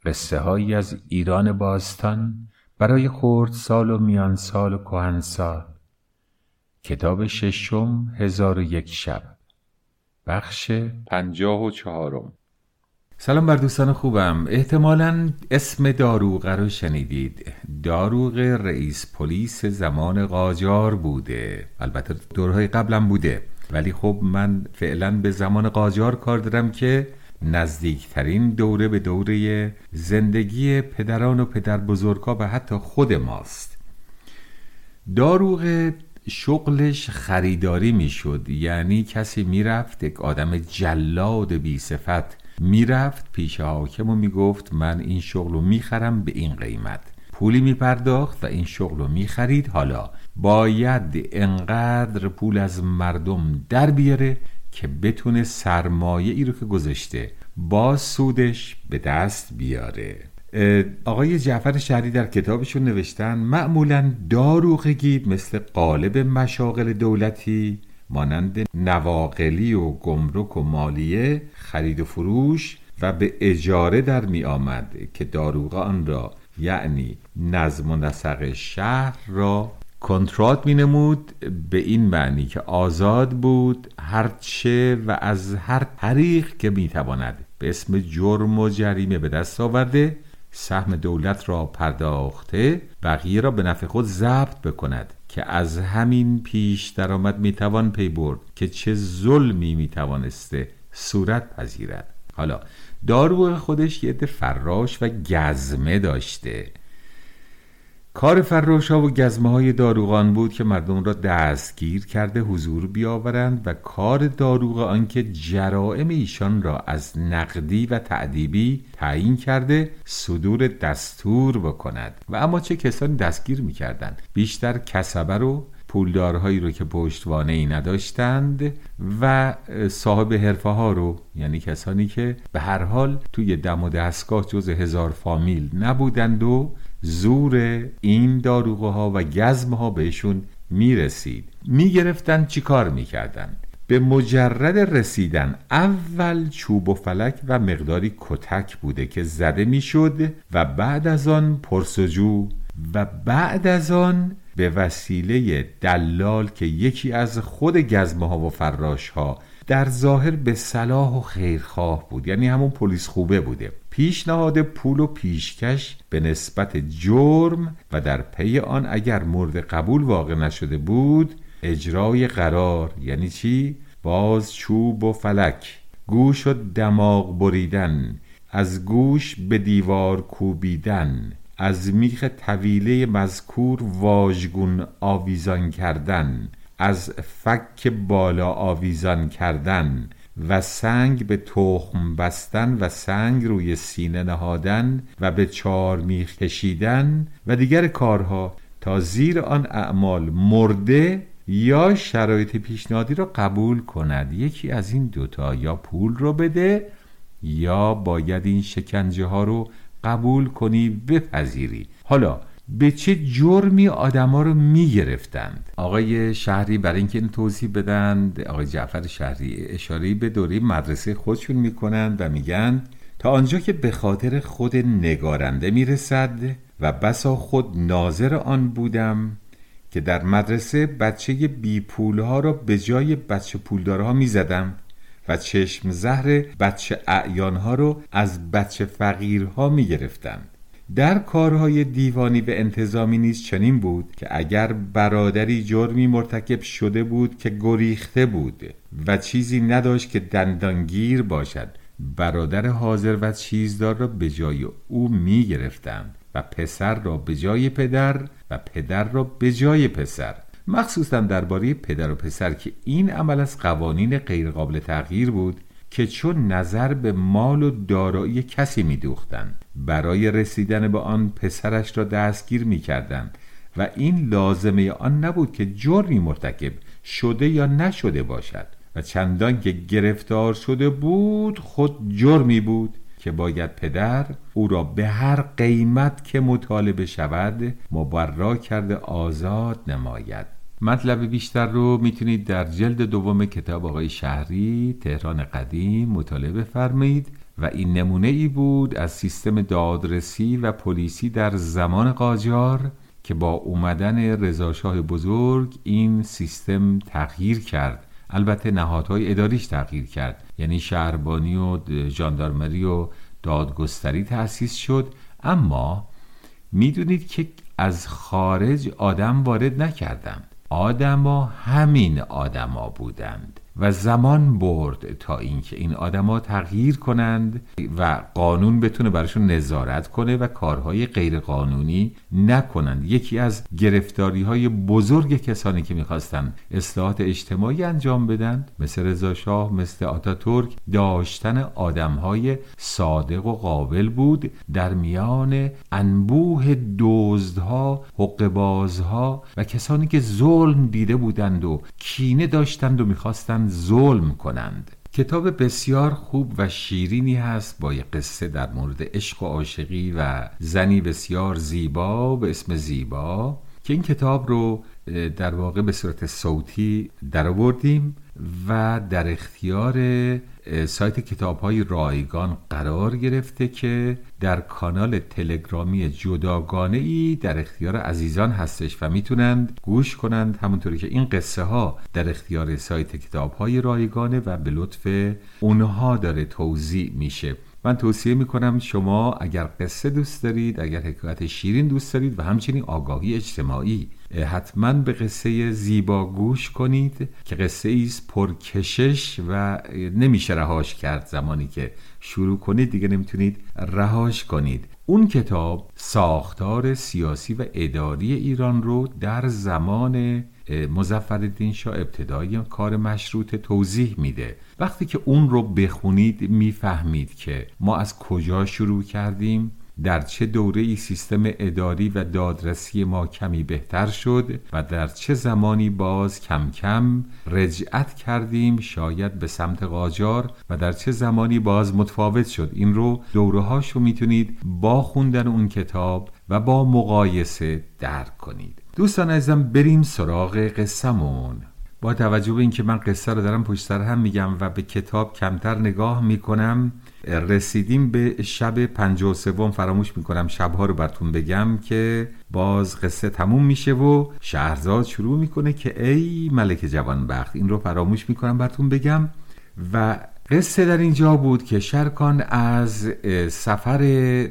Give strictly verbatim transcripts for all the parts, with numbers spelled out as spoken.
قصه هایی از ایران باستان برای خردسال و میانسال و کهنسال. کتاب ششم، هزار و یک شب، بخش پنجاه و چهارم. سلام بر دوستان خوبم. احتمالاً اسم داروغه رو شنیدید. داروغ رئیس پلیس زمان قاجار بوده. البته دورهای قبلم بوده، ولی خب من فعلا به زمان قاجار کار دارم که نزدیکترین دوره به دوره زندگی پدران و پدر بزرگا و حتی خود ماست. داروغ شغلش خریداری میشد، یعنی کسی میرفت، یک آدم جلاد بی صفت میرفت پیش حاکم و میگفت من این شغلو میخرم به این قیمت، پولی میپرداخت و این شغلو میخرید. حالا باید انقدر پول از مردم در بیاره که بتونه سرمایه ای رو که گذاشته با سودش به دست بیاره. آقای جعفر شهری در کتابشون نوشتن معمولاً داروغگی مثل قالب مشاغل دولتی مانند نواقلی و گمرک و مالیه خرید و فروش و به اجاره در می آمد که داروغ آن را، یعنی نظم و نسق شهر را کنترات می نمود، به این معنی که آزاد بود هرچه و از هر طریق که می تواند به اسم جرم و جریمه به دست آورده سهم دولت را پرداخته بقیه را به نفع خود ضبط بکند که از همین پیش درآمد می توان پی برد که چه ظلمی می توانسته صورت پذیرد. حالا داروغ خودش یه عده فراش و گزمه داشته. کار فراش‌ها و گزمه های داروغان بود که مردم را دستگیر کرده حضور بیاورند و کار داروغ آن که جرائم ایشان را از نقدی و تأدیبی تعیین کرده صدور دستور بکند. و اما چه کسانی دستگیر می‌کردند؟ بیشتر کسبه رو، پولدارهایی رو که پشتوانه‌ای نداشتند و صاحب حرفه ها رو، یعنی کسانی که به هر حال توی دم و دستگاه جز هزار فامیل نبودند و زور این داروغه ها و گزمه ها بهشون میرسید. میگرفتن چی کار میکردن؟ به مجرد رسیدن اول چوب و فلک و مقداری کتک بوده که زده میشد و بعد از آن پرسجو و بعد از آن به وسیله دلال که یکی از خود گزمه ها و فراش ها در ظاهر به صلاح و خیرخواه بود، یعنی همون پلیس خوبه بوده، پیشنهاد پول و پیشکش به نسبت جرم و در پی آن اگر مورد قبول واقع نشده بود اجرای قرار. یعنی چی؟ باز چوب و فلک، گوش و دماغ بریدن، از گوش به دیوار کوبیدن، از میخ طویله مذکور واژگون آویزان کردن، از فک بالا آویزان کردن و سنگ به تخم بستن و سنگ روی سینه نهادن و به چار میخ کشیدن و دیگر کارها تا زیر آن اعمال مرده یا شرایط پیشنهادی را قبول کند. یکی از این دوتا، یا پول رو بده یا باید این شکنجه ها رو قبول کنی، بپذیری. حالا به چه جرمی آدما رو میگرفتند؟ آقای شهری برای اینکه این توضیح بدن، آقای جعفر شهری اشاره به دوره مدرسه خودشون میکنند و میگن تا آنجا که به خاطر خود نگارنده میرسد و بسا خود ناظر آن بودم که در مدرسه بچه بی پولها را به جای بچه پولدارها میزدم و چشم زهر بچه اعیانها رو از بچه فقیرها میگرفتند. در کارهای دیوانی و انتظامی نیز چنین بود که اگر برادری جرمی مرتکب شده بود که گریخته بود و چیزی نداشت که دندانگیر باشد، برادر حاضر و چیزدار را به جای او می گرفتند و پسر را به جای پدر و پدر را به جای پسر. مخصوصا درباره پدر و پسر که این عمل از قوانین غیرقابل تغییر بود که چون نظر به مال و دارایی کسی می دوختند برای رسیدن به آن پسرش را دستگیر می کردند و این لازمه آن نبود که جرمی مرتکب شده یا نشده باشد و چندان که گرفتار شده بود خود جرمی بود که باید پدر او را به هر قیمت که مطالبه شود مبرا کرده آزاد نماید. مطلب بیشتر رو میتونید در جلد دوم کتاب آقای شهری تهران قدیم مطالعه بفرمایید و این نمونه ای بود از سیستم دادرسی و پلیسی در زمان قاجار که با اومدن رضاشاه بزرگ این سیستم تغییر کرد. البته نهادهای اداریش تغییر کرد، یعنی شهربانی و ژاندارمری و دادگستری تأسیس شد، اما میدونید که از خارج آدم وارد نکردند. آدما همین آدما بودند و زمان برد تا اینکه این آدما تغییر کنند و قانون بتونه براشون نظارت کنه و کارهای غیر قانونی نکنند. یکی از گرفتاری‌های بزرگ کسانی که می‌خواستند اصلاحات اجتماعی انجام بدن، مثل رضا شاه، مثل آتاتورک، داشتن آدم‌های صادق و قابل بود در میان انبوه دزدها، حقه‌بازها و کسانی که ظلم دیده بودند و کینه داشتند و می‌خواستند ظلم کنند. کتاب بسیار خوب و شیرینی هست با یک قصه در مورد عشق و عاشقی و زنی بسیار زیبا به اسم زیبا که این کتاب رو در واقع به صورت صوتی در آوردیم و در اختیار سایت کتاب‌های رایگان قرار گرفته که در کانال تلگرامی جداگانه‌ای در اختیار عزیزان هستش و میتونند گوش کنند، همونطوری که این قصه ها در اختیار سایت کتاب‌های رایگانه و به لطف اونها داره توزیع میشه. من توصیه میکنم شما اگر قصه دوست دارید، اگر حکایت شیرین دوست دارید و همچنین آگاهی اجتماعی، حتما به قصه زیبا گوش کنید که قصه ایست پرکشش و نمیشه رهاش کرد. زمانی که شروع کنید دیگه نمیتونید رهاش کنید. اون کتاب ساختار سیاسی و اداری ایران رو در زمان مظفرالدین شاه ابتدای کار مشروطه توضیح میده. وقتی که اون رو بخونید میفهمید که ما از کجا شروع کردیم، در چه دوره‌ای سیستم اداری و دادرسی ما کمی بهتر شد و در چه زمانی باز کم کم رجعت کردیم شاید به سمت قاجار و در چه زمانی باز متفاوت شد. این رو دوره‌هاشو میتونید با خوندن اون کتاب و با مقایسه درک کنید. دوستان عزیزم بریم سراغ قصه‌مون. با توجه به اینکه من قصه رو دارم پشت سر هم میگم و به کتاب کمتر نگاه میکنم، رسیدیم به شب پنجاه و سوم. فراموش میکنم شبها رو براتون بگم که باز قصه تموم میشه و شهرزاد شروع میکنه که ای ملک جوانبخت. این رو فراموش میکنم براتون بگم. و قصه در اینجا بود که شرکان از سفر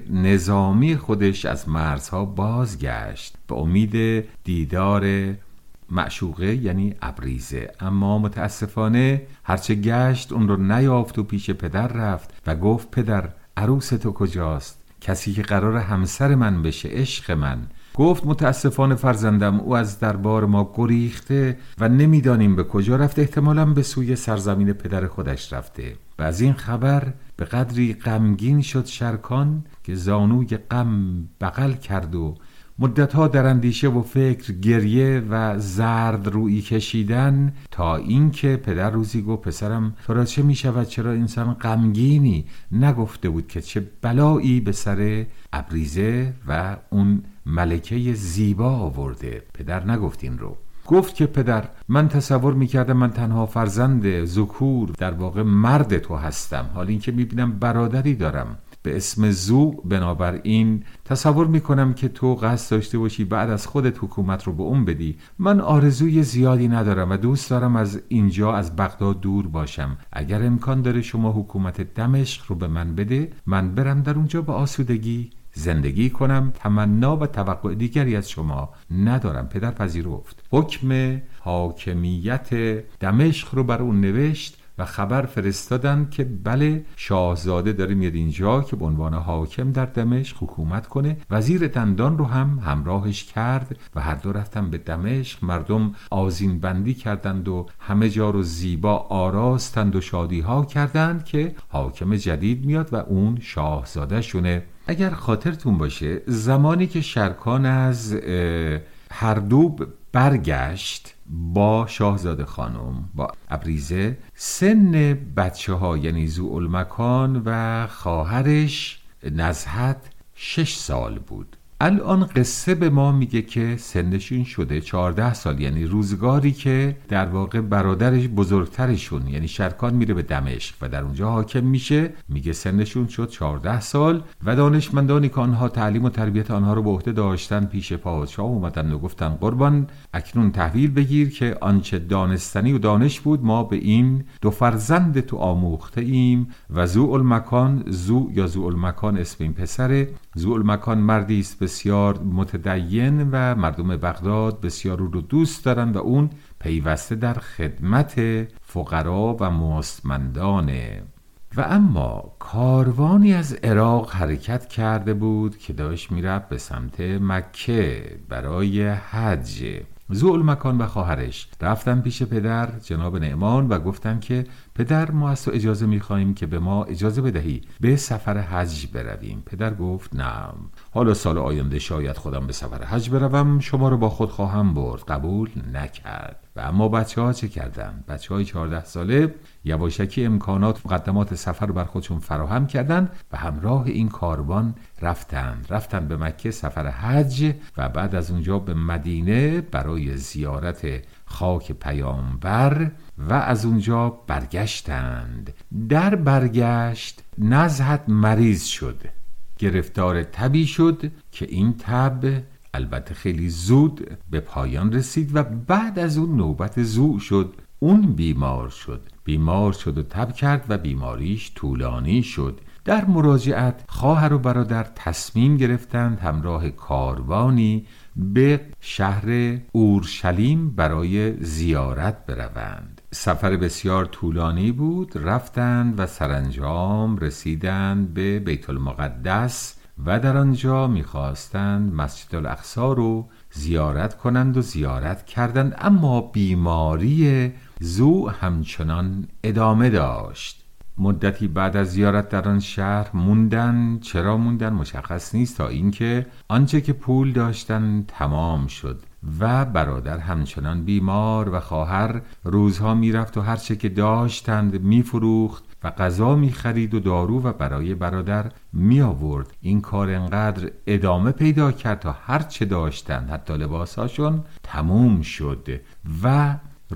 نظامی خودش از مرزها بازگشت به امید دیدار معشوقه یعنی ابریزه، اما متاسفانه هرچه گشت اون رو نیافت و پیش پدر رفت و گفت پدر عروس تو کجاست؟ کسی که قرار همسر من بشه، عشق من. گفت متاسفانه فرزندم او از دربار ما گریخته و نمیدانیم به کجا رفته، احتمالاً به سوی سرزمین پدر خودش رفته. و از این خبر به قدری غمگین شد شرکان که زانوی غم بغل کرد و مدتها در اندیشه و فکر، گریه و زرد رویی کشیدن تا اینکه پدر روزی گفت پسرم تو را چه می شود؟ چرا انسان غمگینی؟ نگفته بود که چه بلایی به سر ابریزه و اون ملکه زیبا آورده. پدر نگفت این رو. گفت که پدر من تصور میکردم من تنها فرزند ذکور، در واقع مرد تو هستم، حال این که میبینم برادری دارم به اسم زو، بنابراین تصور میکنم که تو قصد داشته باشی بعد از خودت حکومت رو به اون بدی. من آرزوی زیادی ندارم و دوست دارم از اینجا از بغداد دور باشم. اگر امکان داره شما حکومت دمشق رو به من بده، من برم در اونجا به آسودگی زندگی کنم. تمنا و توقع دیگری از شما ندارم. پدر پذیرفت. حکم حاکمیت دمشق رو بر اون نوشت و خبر فرستادن که بله شاهزاده داره میاد اینجا که به عنوان حاکم در دمشق حکومت کنه. وزیر دندان رو هم همراهش کرد و هر دو رفتن به دمشق. مردم آذین بندی کردند و همه جا رو زیبا آراستند و شادی ها کردند که حاکم جدید میاد و اون شاهزاده شونه. اگر خاطرتون باشه زمانی که شرکان از هردوب برگشت با شاهزاده خانم با ابریزه، سن بچه ها یعنی ذوالمکان و خواهرش نزهت شش سال بود. الان قصه به ما میگه که سنشون شده چهارده سال، یعنی روزگاری که در واقع برادرش بزرگترشون یعنی شرکان میره به دمشق و در اونجا حاکم میشه. میگه سنشون شد چهارده سال و دانشمندانی که آنها تعلیم و تربیت آنها رو به عهده داشتن پیش پادشاه اومدن و گفتن قربان اکنون تحویل بگیر که آنچه دانستنی و دانش بود ما به این دو فرزند تو آموخته ایم. و ذوالمکان، ذو یا ذوالمکان اسم این پسره. ذوالمکان مردی است بسیار متدین و مردم بغداد بسیار او رو دوست دارن و اون پیوسته در خدمت فقرا و مستمندانه. و اما کاروانی از عراق حرکت کرده بود که داشت میرفت به سمت مکه برای حج. ذوالمکان و خواهرش رفتن پیش پدر جناب نعمان و گفتن که پدر ما از تو اجازه میخواییم که به ما اجازه بدهی به سفر حج برویم. پدر گفت نه، حالا سال آینده شاید خودم به سفر حج بروم، شما رو با خود خواهم برد. قبول نکرد. و اما بچه ها چه کردن؟ بچه های چهارده ساله یواشکی امکانات و مقدمات سفر رو بر خودشون فراهم کردن و همراه این کاروان رفتن رفتن به مکه سفر حج و بعد از اونجا به مدینه برای زیارت خاک پیامبر و از اونجا برگشتند. در برگشت نزهت مریض شد، گرفتار تبی شد که این تب البته خیلی زود به پایان رسید و بعد از اون نوبت ذو شد. اون بیمار شد بیمار شد و تب کرد و بیماریش طولانی شد. در مراجعت خواهر و برادر تصمیم گرفتند همراه کاروانی به شهر اورشلیم برای زیارت بروند. سفر بسیار طولانی بود. رفتند و سرانجام رسیدند به بیت المقدس و در آنجا می‌خواستند مسجد الاقصی رو زیارت کنند و زیارت کردند. اما بیماری ذو همچنان ادامه داشت. مدتی بعد از زیارت در آن شهر موندن. چرا موندن مشخص نیست، تا اینکه آنچه که پول داشتن تمام شد و برادر همچنان بیمار و خواهر روزها میرفت و هر چه که داشتند میفروخت و غذا میخرید و دارو و برای برادر می آورد. این کار انقدر ادامه پیدا کرد تا هر چه داشتند حتی لباساشون تموم شد. و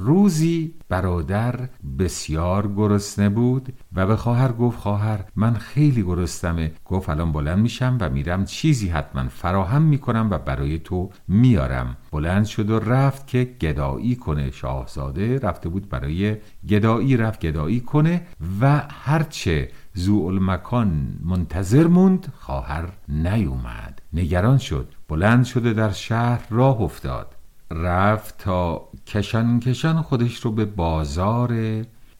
روزی برادر بسیار گرسنه بود و به خواهر گفت خواهر من خیلی گرسنمه. گفت الان بلند میشم و میرم چیزی حتما فراهم میکنم و برای تو میارم. بلند شد و رفت که گدایی کنه. شاهزاده رفته بود برای گدایی، رفت گدایی کنه و هرچه ذوالمکان منتظر موند خواهر نیومد. نگران شد، بلند شده در شهر راه افتاد. رفت تا کشان کشان خودش رو به بازار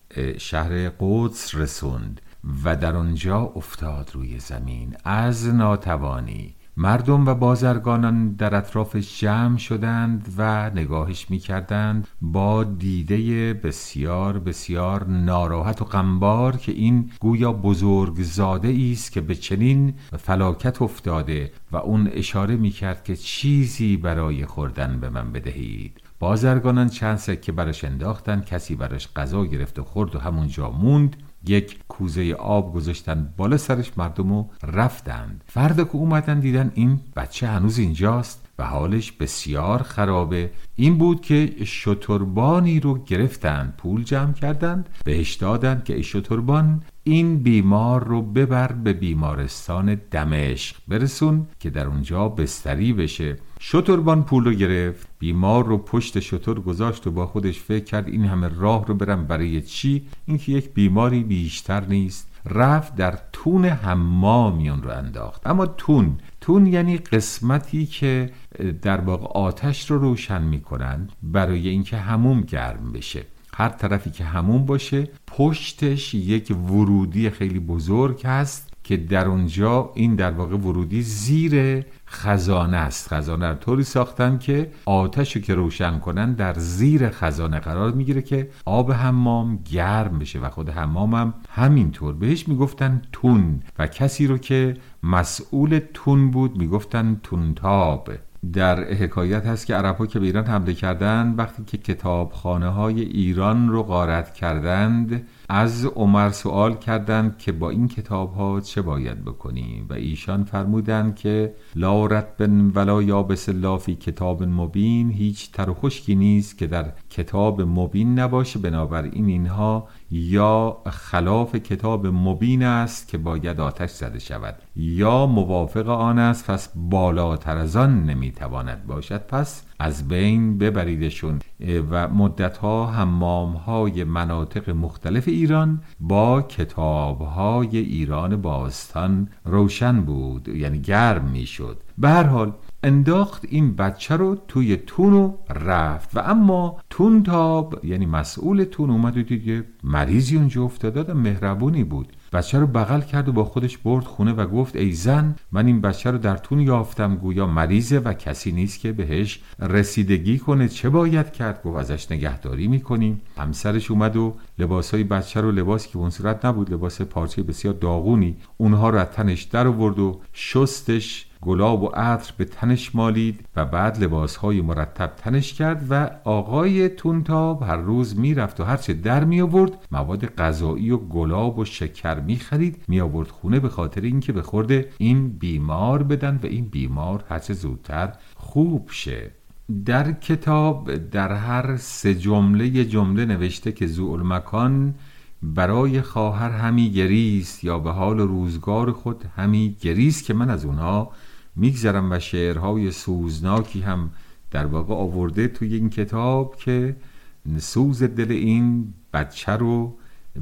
شهر قدس رسوند و در آنجا افتاد روی زمین از ناتوانی. مردم و بازرگانان در اطرافش جمع شدند و نگاهش می‌کردند با دیده بسیار بسیار ناراحت و غمبار که این گویا بزرگزاده است که به چنین فلاکت افتاده و اون اشاره می‌کرد که چیزی برای خوردن به من بدهید. بازرگانان چند سکه براش انداختن، کسی براش غذا گرفت و خورد و همونجا موند. یک کوزه آب گذاشتن بالا سرش، مردمو رفتند. فردا که اومدن دیدن این بچه هنوز اینجاست و حالش بسیار خرابه. این بود که شتربانی رو گرفتند، پول جمع کردند، بهش دادن که ای شتربان این بیمار رو ببر به بیمارستان دمشق برسون که در اونجا بستری بشه. شتربان پول رو گرفت، بیمار رو پشت شتر گذاشت و با خودش فکر کرد این همه راه رو برم برای چی؟ این که یک بیماری بیشتر نیست. رفت در تون حمامیون رو انداخت. اما تون تون یعنی قسمتی که در واقع آتش رو روشن میکنن برای اینکه حموم گرم بشه. هر طرفی که حموم باشه پشتش یک ورودی خیلی بزرگ هست که در اونجا این در واقع ورودی زیر خزانه است. خزانه رو طوری ساختن که آتشو که روشن کنن در زیر خزانه قرار میگیره که آب حمام گرم بشه و خود حمام هم همینطور. بهش میگفتن تون و کسی رو که مسئول تون بود میگفتن تونتاب. در حکایت هست که عرب‌ها که به ایران حمله کردند، وقتی که کتابخانه های ایران رو غارت کردند، از عمر سوال کردند که با این کتاب ها چه باید بکنیم و ایشان فرمودند که لا رطب ولا یابس الا فی کتاب مبین، هیچ تر و خشکی نیست که در کتاب مبین نباشه، بنابراین اینها یا خلاف کتاب مبین است که باید آتش زده شود یا موافق آن است پس بالاتر از آن نمیتواند باشد، پس از بین ببریدشون. و مدتها حمام‌های مناطق مختلف ایران با کتاب‌های ایران باستان روشن بود، یعنی گرم میشد. به هر حال انداخت این بچه رو توی تون و رفت. و اما تونتاب یعنی مسئول تون اومد و دید یه مریضی اونجا افتاده، مهربونی بود، بچه رو بغل کرد و با خودش برد خونه و گفت ای زن، من این بچه رو در تون یافتم، گویا مریضه و کسی نیست که بهش رسیدگی کنه، چه باید کرد؟ گفت ازش نگهداری میکنیم. همسرش اومد و لباسای بچه رو، لباسی که اون صورت نبود، لباس پارچه بسیار داغونی، اونها رو از تنش در آورد و شستش، گلاب و عطر به تنش مالید و بعد لباسهای مرتب تنش کرد و آقای تونتاب هر روز میرفت و هرچه در می آورد مواد غذایی و گلاب و شکر می خرید می آورد خونه، به خاطر اینکه به خورد این بیمار بدن و این بیمار هرچه زودتر خوب شه. در کتاب در هر سه جمله یه جمله نوشته که ذوالمکان برای خواهر همی گریست یا به حال روزگار خود همی گریست، که من از اونها میگذرم و شعرهای سوزناکی هم در واقع آورده توی این کتاب که سوز دل این بچه رو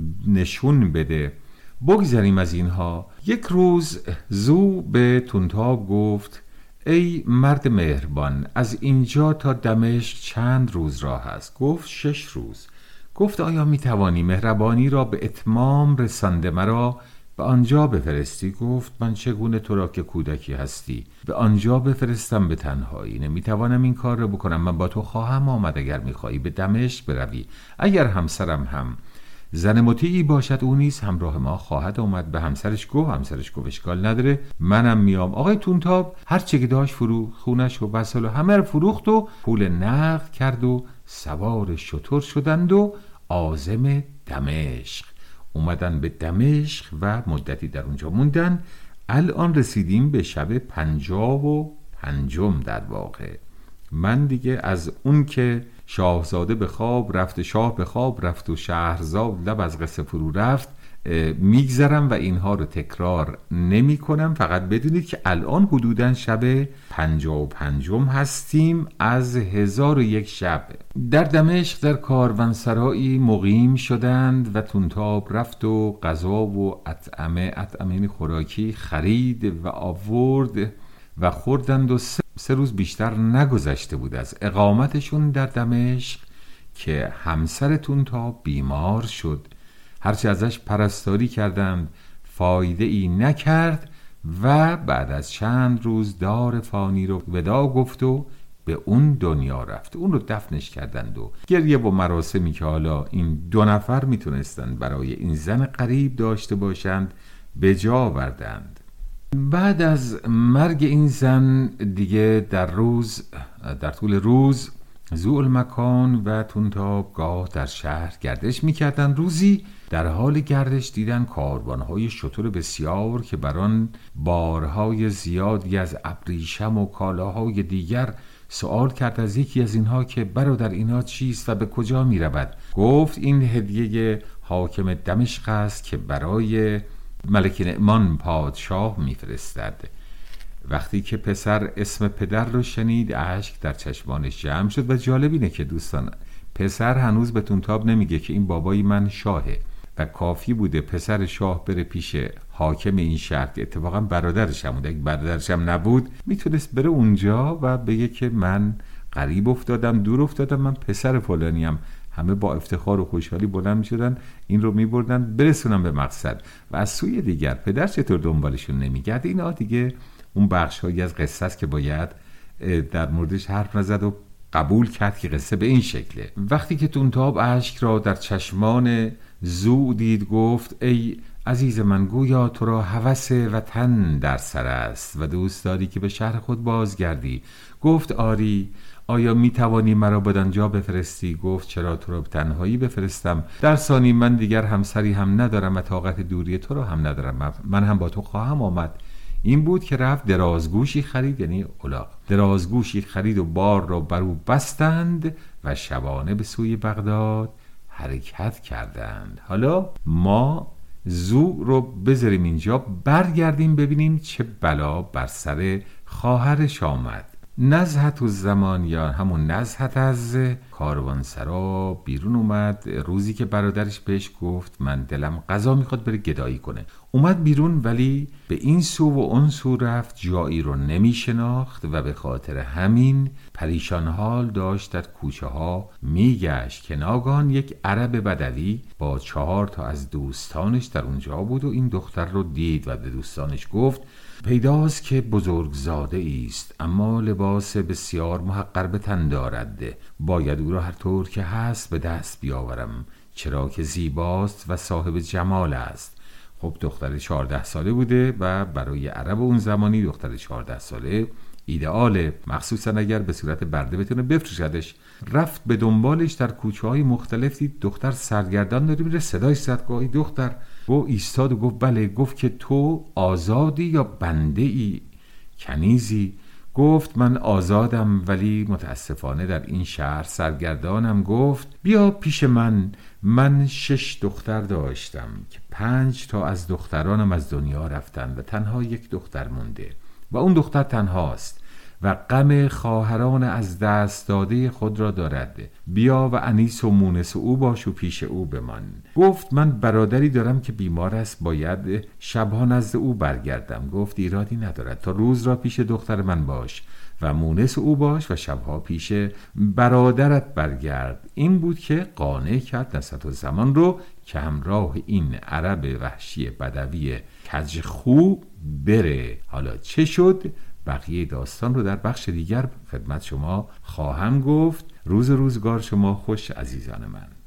نشون بده. بگذریم از اینها. یک روز زو به تونتاب گفت ای مرد مهربان، از اینجا تا دمشق چند روز راه است؟ گفت شش روز. گفت آیا می توانی مهربانی را به اتمام رسانده مرا به آنجا بفرستی؟ گفت من چگونه تو را که کودکی هستی به آنجا بفرستم به تنهایی؟ نمی توانم این کار را بکنم. من با تو خواهم آمد اگر می خواهی به دمشق بروی. اگر همسرم هم زن مطیعی باشد او نیز همراه ما خواهد آمد. به همسرش گفت، همسرش گفت اشکال نداره منم میام. آقای تونتاب هر چه که داشت فروخت، خونش و وسایل و همه رو فروخت و پول نقد کرد و سوار شتر شدند و عازم دمشق اومدن. به دمشق و مدتی در اونجا موندن. الان رسیدیم به شب پنجاه و پنجم. در واقع من دیگه از اون که شاهزاده به خواب رفت، شاه به خواب رفت و شهرزاد لب از قصه فرو رفت میگذرم و اینها رو تکرار نمی کنم. فقط بدونید که الان حدوداً شب پنجاه و پنجم هستیم از هزار و یک شب. در دمشق در کاروانسرایی مقیم شدند و تونتاب رفت و غذا و اطعمه اطعمه خوراکی خرید و آورد و خوردند و سه, سه روز بیشتر نگذشته بود از اقامتشون در دمشق که همسر تونتاب بیمار شد. هرچه ازش پرستاری کردند فایده ای نکرد و بعد از چند روز دار فانی رو ودا گفت و به اون دنیا رفت. اون رو دفنش کردند و گریه و مراسمی که حالا این دو نفر میتونستند برای این زن غریب داشته باشند به جا آوردند. بعد از مرگ این زن دیگه در روز در طول روز ذوالمکان و تونتاب گاه در شهر گردش میکردند. روزی در حال گردش دیدن کاروانهای شتر بسیار که بران بارهای زیادی از ابریشم و کالاهای دیگر. سوال کرد از یکی از اینها که برادر اینها چیست و به کجا می رود؟ گفت این هدیه حاکم دمشق است که برای ملک نعمان پادشاه می فرستد. وقتی که پسر اسم پدر رو شنید اشک در چشمانش جمع شد. و جالب اینه که دوستان پسر هنوز به تونتاب نمیگه که این بابای من شاهه و کافی بوده پسر شاه بره پیش حاکم این شهر که اتفاقا برادرش هم بوده. اگه برادرش هم نبود میتونست بره اونجا و بگه که من غریب افتادم، دور افتادم، من پسر فلانیم. همه با افتخار و خوشحالی بلند میشدن این رو میبردن برسونن به مقصد. و از سوی دیگر پدر چطور دنبالشون نمیگرد؟ اینا دیگه اون بخش هایی از قصه است که باید در موردش حرف نزد و قبول کرد که قصه به این شکله. وقتی که تونتاب اشک را در چشمان زو دید گفت ای عزیز من، گویا تو را هوس وطن در سر است و دوست داری که به شهر خود بازگردی. گفت آری. آیا می توانی مرا بدانجا بفرستی؟ گفت چرا تو را به تنهایی بفرستم؟ در ثانی من دیگر همسری هم ندارم و طاقت دوری تو را هم ندارم، من هم با تو خواهم آمد. این بود که رفت درازگوشی خرید، یعنی الاغ، درازگوشی خرید و بار را بر او بستند و شبانه به سوی بغداد حرکت کردند. حالا ما زو رو بذاریم اینجا، برگردیم ببینیم چه بلا بر سر خواهرش آمد. نزهت الزمان یا همون نزهت از کاروانسرا بیرون اومد روزی که برادرش بهش گفت من دلم قضا میخواد بره گدایی کنه. اومد بیرون ولی به این سو و اون سو رفت، جایی رو نمیشناخت و به خاطر همین پریشان حال داشت در کوچه ها میگشت که ناگهان یک عرب بدوی با چهار تا از دوستانش در اونجا بود و این دختر رو دید و به دوستانش گفت پیداست که بزرگزاده است، اما لباس بسیار محقر به تن دارد، باید او را هر طور که هست به دست بیاورم، چرا که زیباست و صاحب جمال است. خب دختر چهارده ساله بوده و برای عرب اون زمانی دختر چهارده ساله ایدئاله، مخصوصا اگر به صورت برده بتونه بفروشدش. رفت به دنبالش در کوچه های مختلف، دید دختر سرگردان داره میره، صدایش زد گاهی دختر و ایستاد و گفت بله. گفت که تو آزادی یا بنده ای کنیزی؟ گفت من آزادم ولی متاسفانه در این شهر سرگردانم. گفت بیا پیش من، من شش دختر داشتم که پنج تا از دخترانم از دنیا رفتن و تنها یک دختر مونده و اون دختر تنهاست و غم خواهران از دست داده خود را دارد. بیا و انیس و مونس او باش و پیش او بمان. گفت من برادری دارم که بیمار است، باید شبها نزد او برگردم. گفت ایرادی ندارد، تا روز را پیش دختر من باش و مونس او باش و شبها پیش برادرت برگرد. این بود که قانع کرد نزهت الزمان رو که همراه این عرب وحشی بدوی کجخو بره. حالا چه شد؟ بقیه داستان رو در بخش دیگر خدمت شما خواهم گفت. روز روزگار شما خوش عزیزان من.